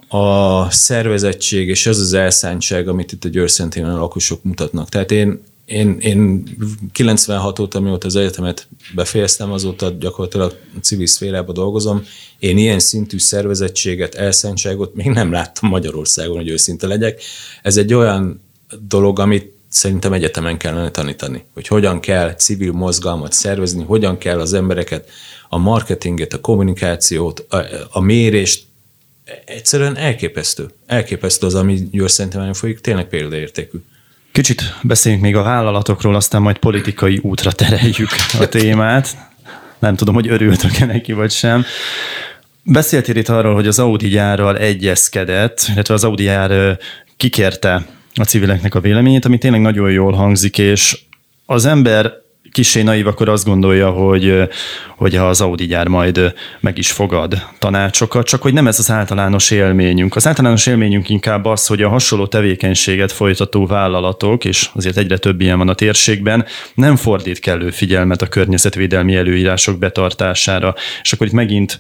a szervezettség és az az elszántság, amit itt a Győr-Szentéren a lakosok mutatnak. Tehát én, én, én kilencvenhat óta, mióta az egyetemet befejeztem, azóta gyakorlatilag a civil szférában dolgozom. Én ilyen szintű szervezettséget, elszántságot még nem láttam Magyarországon, hogy őszinte legyek. Ez egy olyan dolog, amit szerintem egyetemen kellene tanítani, hogy hogyan kell civil mozgalmat szervezni, hogyan kell az embereket, a marketinget, a kommunikációt, a, a mérést. Egyszerűen elképesztő. Elképesztő az, ami Győr-Szentéren folyik, tényleg példaértékű. Kicsit beszéljünk még a vállalatokról, aztán majd politikai útra tereljük a témát. Nem tudom, hogy örültök-e neki, vagy sem. Beszéltél itt arról, hogy az Audi gyárral egyezkedett, illetve az Audi gyár kikérte a civileknek a véleményét, ami tényleg nagyon jól hangzik, és az ember kissé naív, akkor azt gondolja, hogy, hogy az Audi gyár majd meg is fogad tanácsokat, csak hogy nem ez az általános élményünk. Az általános élményünk inkább az, hogy a hasonló tevékenységet folytató vállalatok, és azért egyre több ilyen van a térségben, nem fordít kellő figyelmet a környezetvédelmi előírások betartására. És akkor itt megint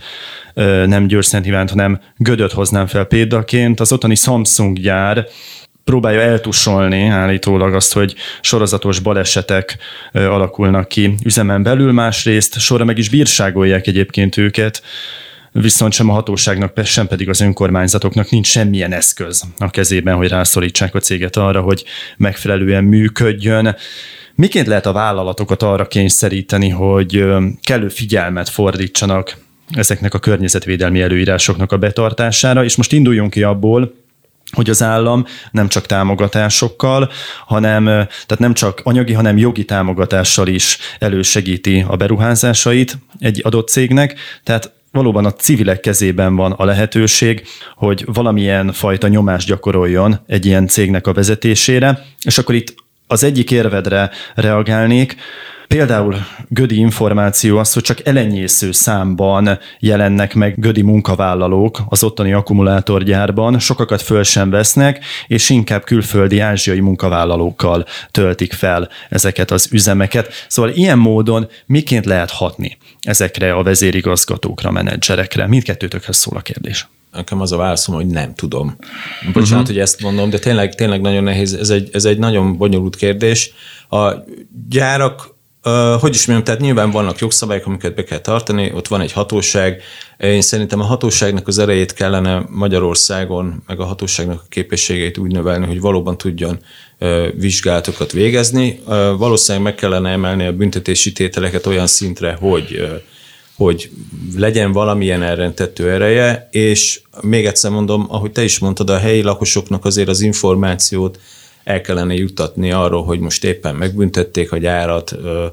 nem Győr-Szentívánt, hanem Gödöt hoznám fel példaként. Az ottani Samsung gyár próbálja eltussolni állítólag azt, hogy sorozatos balesetek alakulnak ki üzemen belül, másrészt sorra meg is bírságolják egyébként őket, viszont sem a hatóságnak, sem pedig az önkormányzatoknak nincs semmilyen eszköz a kezében, hogy rászorítsák a céget arra, hogy megfelelően működjön. Miként lehet a vállalatokat arra kényszeríteni, hogy kellő figyelmet fordítsanak ezeknek a környezetvédelmi előírásoknak a betartására, és most induljunk ki abból, hogy az állam nem csak támogatásokkal, hanem tehát nem csak anyagi, hanem jogi támogatással is elősegíti a beruházásait egy adott cégnek, tehát valóban a civilek kezében van a lehetőség, hogy valamilyen fajta nyomást gyakoroljon egy ilyen cégnek a vezetésére, és akkor itt az egyik érvedre reagálnék. Például gödi információ az, hogy csak elenyésző számban jelennek meg gödi munkavállalók az ottani akkumulátorgyárban, sokakat föl sem vesznek, és inkább külföldi ázsiai munkavállalókkal töltik fel ezeket az üzemeket. Szóval ilyen módon miként lehet hatni ezekre a vezérigazgatókra, menedzserekre? Mindkettőtökhöz szól a kérdés. Nekem az a válaszom, hogy nem tudom. Bocsánat, uh-huh. hogy ezt mondom, de tényleg, tényleg nagyon nehéz. Ez egy, ez egy nagyon bonyolult kérdés. A gyárak Uh, hogy is mondjam, tehát nyilván vannak jogszabályok, amiket be kell tartani, ott van egy hatóság. Én szerintem a hatóságnak az erejét kellene Magyarországon, meg a hatóságnak a képességeit úgy növelni, hogy valóban tudjon uh, vizsgálatokat végezni. Uh, valószínűleg meg kellene emelni a büntetési tételeket olyan szintre, hogy, uh, hogy legyen valamilyen elrentető ereje, és még egyszer mondom, ahogy te is mondtad, a helyi lakosoknak azért az információt el kellene juttatni arról, hogy most éppen megbüntették a gyárat,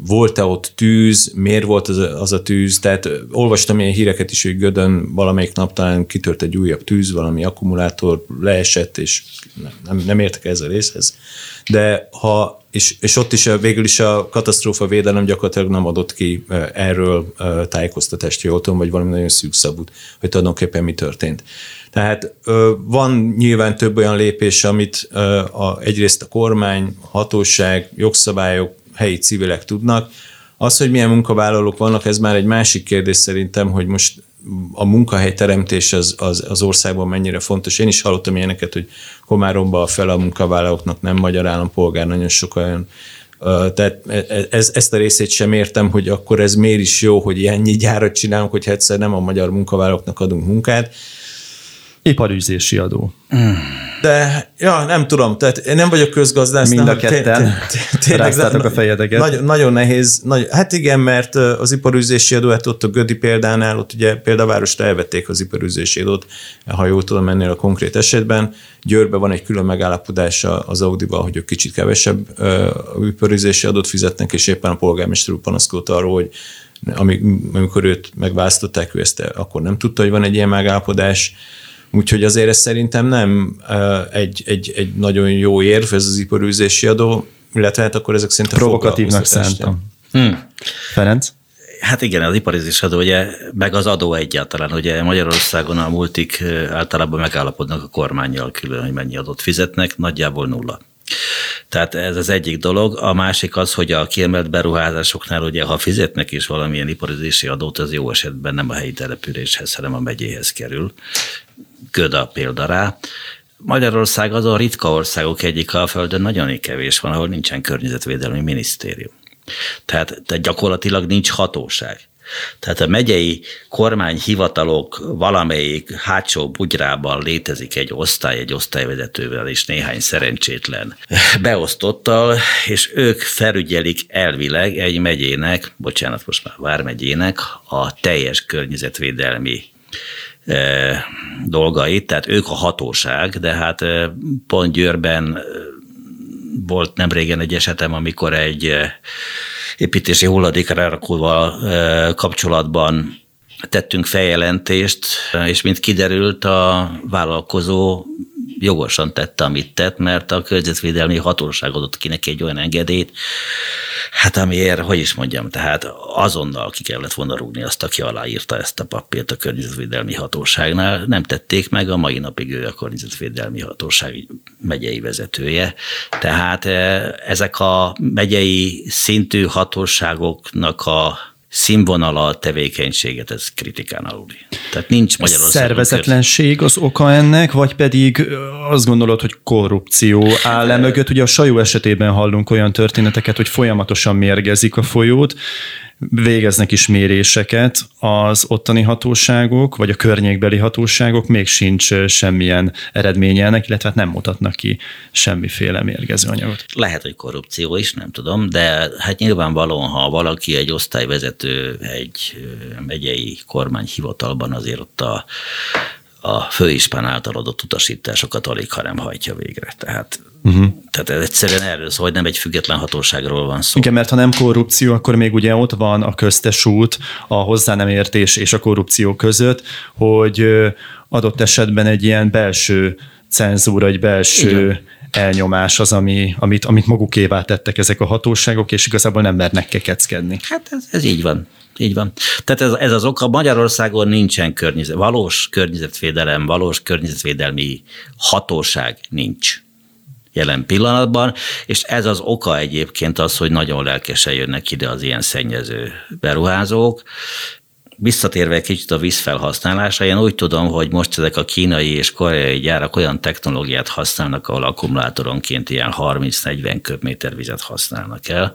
volt-e ott tűz, miért volt az a, az a tűz, tehát olvastam ilyen híreket is, hogy Gödön valamelyik nap talán kitört egy újabb tűz, valami akkumulátor leesett, és nem, nem értek ez a részhez. De ha, és, és ott is végül is a katasztrófa védelem gyakorlatilag nem adott ki erről tájékoztatást, jól tudom, vagy valami nagyon szűkszavút, hogy tulajdonképpen mi történt. Tehát van nyilván több olyan lépés, amit a, egyrészt a kormány, hatóság, jogszabályok, helyi civilek tudnak. Az, hogy milyen munkavállalók vannak, ez már egy másik kérdés szerintem, hogy most a munkahelyteremtés az, az, az országban mennyire fontos. Én is hallottam ilyeneket, hogy Komáromban a fele a munkavállalóknak nem magyar állampolgár, nagyon sok olyan. Tehát ez, ezt a részét sem értem, hogy akkor ez miért is jó, hogy ennyi gyárat csinálunk, hogy egyszer nem a magyar munkavállalóknak adunk munkát. Iparűzési adó. De, ja, nem tudom, tehát nem vagyok közgazdász. Mind a ketten ráztátok a fejedeket. Nagyon, nagyon nehéz. Nagy, hát igen, mert az iparűzési adó, hát ott a Gödi példánál, ott ugye példavárosra elvették az iparűzési adót, ha jól tudom, ennél a konkrét esetben. Győrben van egy külön megállapodás az Audival, hogy ők kicsit kevesebb iparűzési adót fizetnek, és éppen a polgármester úr panaszkodott arról, hogy amikor őt megválasztották, ő ezt akkor nem tudta, hogy van egy ilyen megállapodás. Úgyhogy azért ez szerintem nem egy, egy, egy nagyon jó érv, ez az iparűzési adó, illetve hát akkor ezek szerintem provokatívnak szántam. Hmm. Ferenc? Hát igen, az iparűzési adó, ugye, meg az adó egyáltalán, ugye Magyarországon a multik általában megállapodnak a kormánnyal külön, hogy mennyi adót fizetnek, nagyjából nulla. Tehát ez az egyik dolog. A másik az, hogy a kiemelt beruházásoknál, ugye, ha fizetnek is valamilyen iparűzési adót, az jó esetben nem a helyi településhez, hanem a megyéhez kerül. Göd a példa rá. Magyarország azon ritka országok egyik, a Földön nagyon kevés van, ahol nincsen környezetvédelmi minisztérium. Tehát, tehát gyakorlatilag nincs hatóság. Tehát a megyei kormányhivatalok valamelyik hátsó bugyrában létezik egy osztály, egy osztályvezetővel és néhány szerencsétlen beosztottal, és ők felügyelik elvileg egy megyének, bocsánat, most már vármegyének a teljes környezetvédelmi dolgait, tehát ők a hatóság, de hát pont Győrben volt nemrégen egy esetem, amikor egy építési hulladéklerakóval kapcsolatban tettünk feljelentést, és mint kiderült, a vállalkozó jogosan tette, amit tett, mert a környezetvédelmi hatóság adott ki neki egy olyan engedélyt, hát amiért, hogy is mondjam, tehát azonnal ki kellett volna rúgni azt, aki aláírta ezt a papírt a környezetvédelmi hatóságnál. Nem tették meg, a mai napig ő a környezetvédelmi hatóság megyei vezetője. Tehát ezek a megyei szintű hatóságoknak a színvonala, a tevékenységet, ez kritikán aluli. Tehát nincs Magyarországon. Szervezetlenség az oka ennek, vagy pedig azt gondolod, hogy korrupció áll e mögött? Ugye a Sajó esetében hallunk olyan történeteket, hogy folyamatosan mérgezik a folyót, végeznek is méréseket az ottani hatóságok, vagy a környékbeli hatóságok, még sincs semmilyen eredménye ennek, illetve hát nem mutatnak ki semmiféle mérgező anyagot. Lehet, hogy korrupció is, nem tudom, de hát nyilvánvalóan, ha valaki egy osztályvezető egy megyei kormányhivatalban, azért ott a, a főispán által adott utasításokat alig, ha nem hajtja végre. Tehát Uh-huh. Tehát ez egyszerűen erről szól, hogy nem egy független hatóságról van szó. Igen, mert ha nem korrupció, akkor még ugye ott van a köztes út a hozzá nem értés és a korrupció között, hogy adott esetben egy ilyen belső cenzúra, egy belső igen. elnyomás az, ami, amit, amit magukévá tettek ezek a hatóságok, és igazából nem mernek kekeckedni. Hát ez, ez így van. Így van. Tehát ez, ez az oka, Magyarországon nincsen környezet, valós környezetvédelem, valós környezetvédelmi hatóság nincs jelen pillanatban, és ez az oka egyébként az, hogy nagyon lelkesen jönnek ide az ilyen szennyező beruházók. Visszatérve egy kicsit a vízfelhasználásra, én úgy tudom, hogy most ezek a kínai és koreai gyárak olyan technológiát használnak, ahol akkumulátoronként ilyen harminc-negyven köbméter vizet használnak el.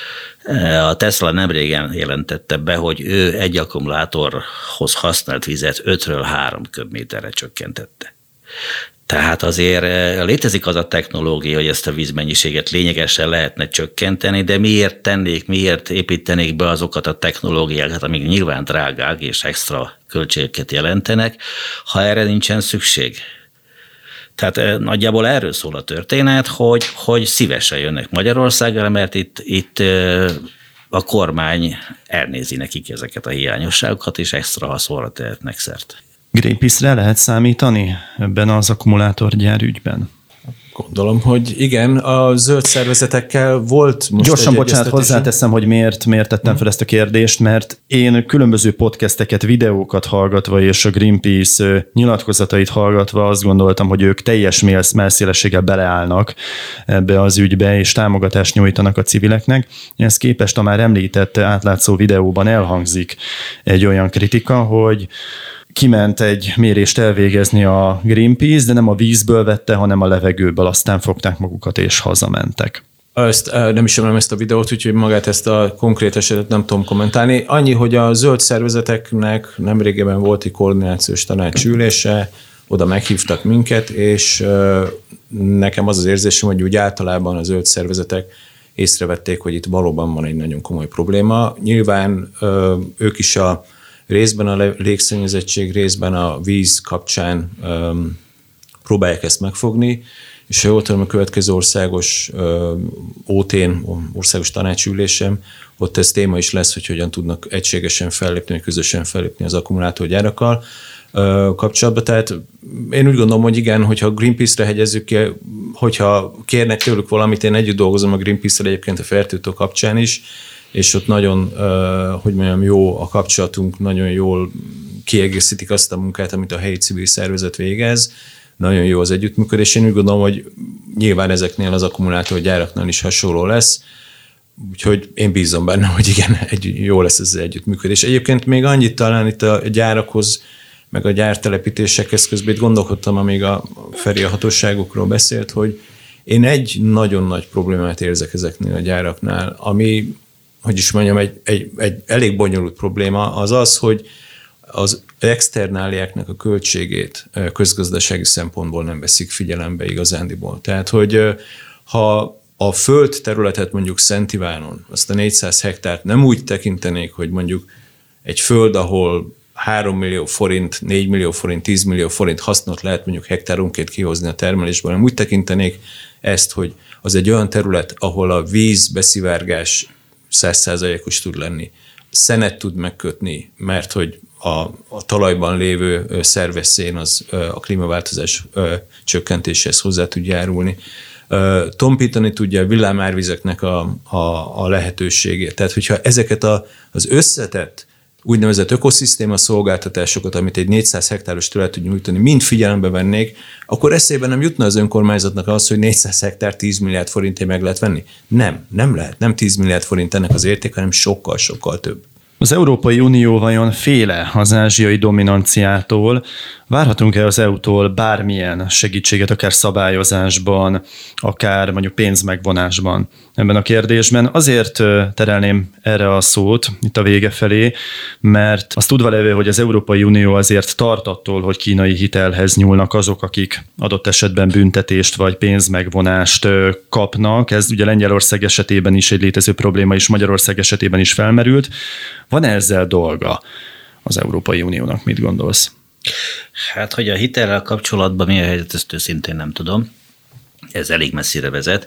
A Tesla nemrégen jelentette be, hogy ő egy akkumulátorhoz használt vizet ötről három köbméterre csökkentette. Tehát azért létezik az a technológia, hogy ezt a vízmennyiséget lényegesen lehetne csökkenteni, de miért tennék, miért építenék be azokat a technológiákat, amik nyilván drágák és extra költségeket jelentenek, ha erre nincsen szükség. Tehát nagyjából erről szól a történet, hogy, hogy szívesen jönnek Magyarországra, mert itt, itt a kormány elnézi nekik ezeket a hiányosságokat, és extra haszonra tehetnek szert. Greenpeace-re lehet számítani ebben az akkumulátorgyár ügyben? Gondolom, hogy igen, a zöld szervezetekkel volt most Gyorsan, bocsánat, hozzáteszem, hogy miért, miért tettem fel ezt a kérdést, mert én különböző podcasteket, videókat hallgatva és a Greenpeace nyilatkozatait hallgatva azt gondoltam, hogy ők teljes mellszélességgel beleállnak ebbe az ügybe, és támogatást nyújtanak a civileknek. Ehhez képest a már említett átlátszó videóban elhangzik egy olyan kritika, hogy kiment egy mérést elvégezni a Greenpeace, de nem a vízből vette, hanem a levegőből, aztán fogták magukat és hazamentek. Ezt, nem is emlem ezt a videót, úgyhogy magát ezt a konkrét esetet nem tudom kommentálni. Annyi, hogy a zöld szervezeteknek nemrégében volt egy koordinációs tanácsülése, oda meghívtak minket, és nekem az az érzésem, hogy úgy általában a zöld szervezetek észrevették, hogy itt valóban van egy nagyon komoly probléma. Nyilván ők is a részben a légszennyezettség, részben a víz kapcsán um, próbálják ezt megfogni, és ha jól tudom, a következő országos um, ó té-n, országos tanácsülésem, ott ez téma is lesz, hogy hogyan tudnak egységesen fellépni, vagy közösen fellépni az akkumulátorgyárakkal uh, kapcsolatban. Tehát én úgy gondolom, hogy igen, hogyha Greenpeace-re hegyezzük ki, hogyha kérnek tőlük valamit, én együtt dolgozom a Greenpeace-re egyébként a Fertőtó kapcsán is, és ott nagyon, hogy mondjam, jó a kapcsolatunk, nagyon jól kiegészítik azt a munkát, amit a helyi civil szervezet végez, nagyon jó az együttműködés. Én úgy gondolom, hogy nyilván ezeknél az akkumulátorgyáraknál is hasonló lesz, úgyhogy én bízom benne, hogy igen, egy, jó lesz ez az együttműködés. Egyébként még annyit talán itt a gyárakhoz, meg a gyártelepítésekhez közben itt gondolkodtam, amíg a Feri a hatóságokról beszélt, hogy én egy nagyon nagy problémát érzek ezeknél a gyáraknál, ami, hogy is mondjam, egy, egy, egy elég bonyolult probléma, az az, hogy az externáliáknak a költségét közgazdasági szempontból nem veszik figyelembe igazándiból. Tehát, hogy ha a föld területet mondjuk Szent Ivánon, azt a négyszáz hektárt nem úgy tekintenék, hogy mondjuk egy föld, ahol három millió forint, négy millió forint, tíz millió forint hasznot lehet mondjuk hektáronként kihozni a termelésből, hanem úgy tekintenék ezt, hogy az egy olyan terület, ahol a víz beszivárgás száz százalékos tud lenni, szenet tud megkötni, mert hogy a, a talajban lévő szerves szén az a klímaváltozás csökkentéséhez hozzá tud járulni, tompítani tudja a villámárvizeknek a, a, a lehetőségét. Tehát, hogyha ezeket a, az összetett úgynevezett ökoszisztéma szolgáltatásokat, amit egy négyszáz hektáros terület tud nyújtani, mind figyelembe vennék, akkor eszébe nem jutna az önkormányzatnak az, hogy négyszáz hektár tíz milliárd forintért meg lehet venni. Nem, nem lehet. Nem tíz milliárd forint ennek az érték, hanem sokkal-sokkal több. Az Európai Unió vajon féle az ázsiai dominanciától? Várhatunk-e az é u-tól bármilyen segítséget, akár szabályozásban, akár mondjuk pénzmegvonásban ebben a kérdésben? Azért terelném erre a szót itt a vége felé, mert azt tudva levő, hogy az Európai Unió azért tart attól, hogy kínai hitelhez nyúlnak azok, akik adott esetben büntetést vagy pénzmegvonást kapnak. Ez ugye Lengyelország esetében is egy létező probléma, és Magyarország esetében is felmerült. Van ezzel dolga az Európai Uniónak? Mit gondolsz? Hát, hogy a hitellel kapcsolatban mi a helyzet, ezt őszintén nem tudom. Ez elég messzire vezet.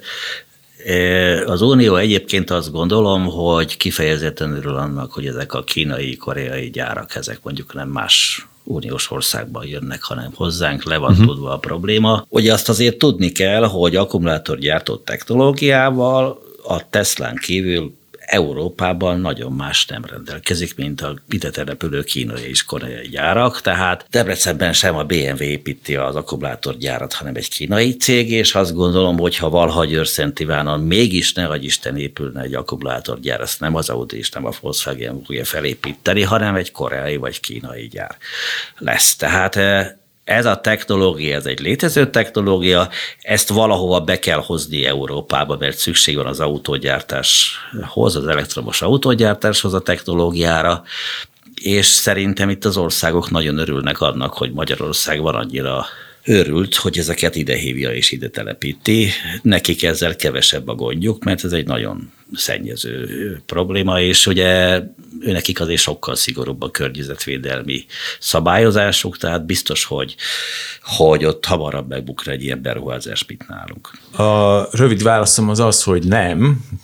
Az Unió egyébként azt gondolom, hogy kifejezetten örül annak, hogy ezek a kínai, koreai gyárak, ezek mondjuk nem más uniós országban jönnek, hanem hozzánk, le van uh-huh. tudva a probléma. Ugye azt azért tudni kell, hogy akkumulátorgyártó technológiával a Teslán kívül Európában nagyon más nem rendelkezik, mint a ide települő kínai és koreai gyárak, tehát Debrecenben sem a bé em vé építi az akkumulátorgyárat, hanem egy kínai cég, és azt gondolom, hogy ha Valhagyőr-Szent Ivánon mégis ne adj Isten épülne egy akkumulátorgyár, azt nem az Audi és nem a Volkswagen fogja felépíteni, hanem egy koreai vagy kínai gyár lesz. Tehát ez a technológia, ez egy létező technológia, ezt valahova be kell hozni Európába, mert szükség van az autógyártáshoz, az elektromos autógyártáshoz a technológiára, és szerintem itt az országok nagyon örülnek annak, hogy Magyarország van annyira őrült, hogy ezeket ide hívja és ide telepíti. Nekik ezzel kevesebb a gondjuk, mert ez egy nagyon szennyező probléma, és ugye nekik azért sokkal szigorúbb a környezetvédelmi szabályozásuk, tehát biztos, hogy, hogy ott hamarabb megbukra egy ilyen beruházás, mint nálunk. A rövid válaszom az az, hogy nem.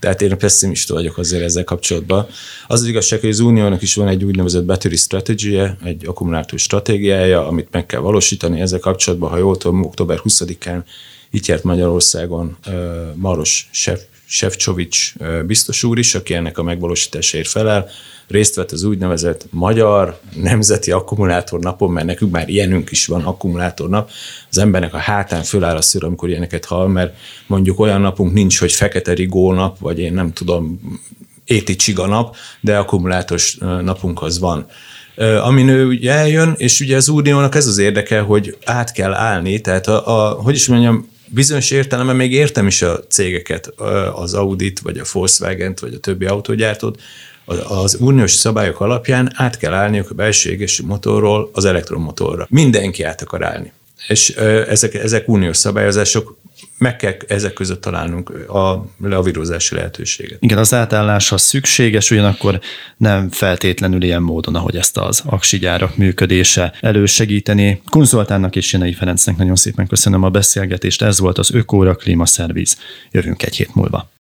Tehát én pessimista vagyok azért ezzel kapcsolatban. Az az igazság, hogy az Uniónak is van egy úgynevezett battery strategy-je, egy akkumulátor stratégiája, amit meg kell valósítani ezzel kapcsolatban. Ha jól tudom, október huszadikán itt járt Magyarországon uh, Maros Sefcovics uh, biztos úr is, aki ennek a megvalósításáért felel. Részt vett az úgynevezett Magyar Nemzeti Akkumulátornapon, mert nekünk már ilyenünk is van, akkumulátornap. Az embernek a hátán föláll a szőr, amikor ilyeneket hall, mert mondjuk olyan napunk nincs, hogy fekete rigó nap, vagy én nem tudom, éti csiga nap, de akkumulátoros napunk az van. Amin ő ugye eljön, és ugye az Uniónak ez az érdeke, hogy át kell állni, tehát a, a hogy is mondjam, bizonyos értelemben még értem is a cégeket, az Audit, vagy a Volkswagent, vagy a többi autógyártót, az uniós szabályok alapján át kell állniuk a belső égésű motorról az elektromotorra. Mindenki át akar állni. És ezek, ezek uniós szabályozások, meg kell ezek között találnunk a leavírozási lehetőséget. Igen, az átállás az szükséges, ugyanakkor nem feltétlenül ilyen módon, ahogy ezt az aksi gyárak működése elősegíteni. Kun Zoltánnak és Jenei Ferencnek nagyon szépen köszönöm a beszélgetést, ez volt az Ökóra Klímaszerviz. Jövünk egy hét múlva.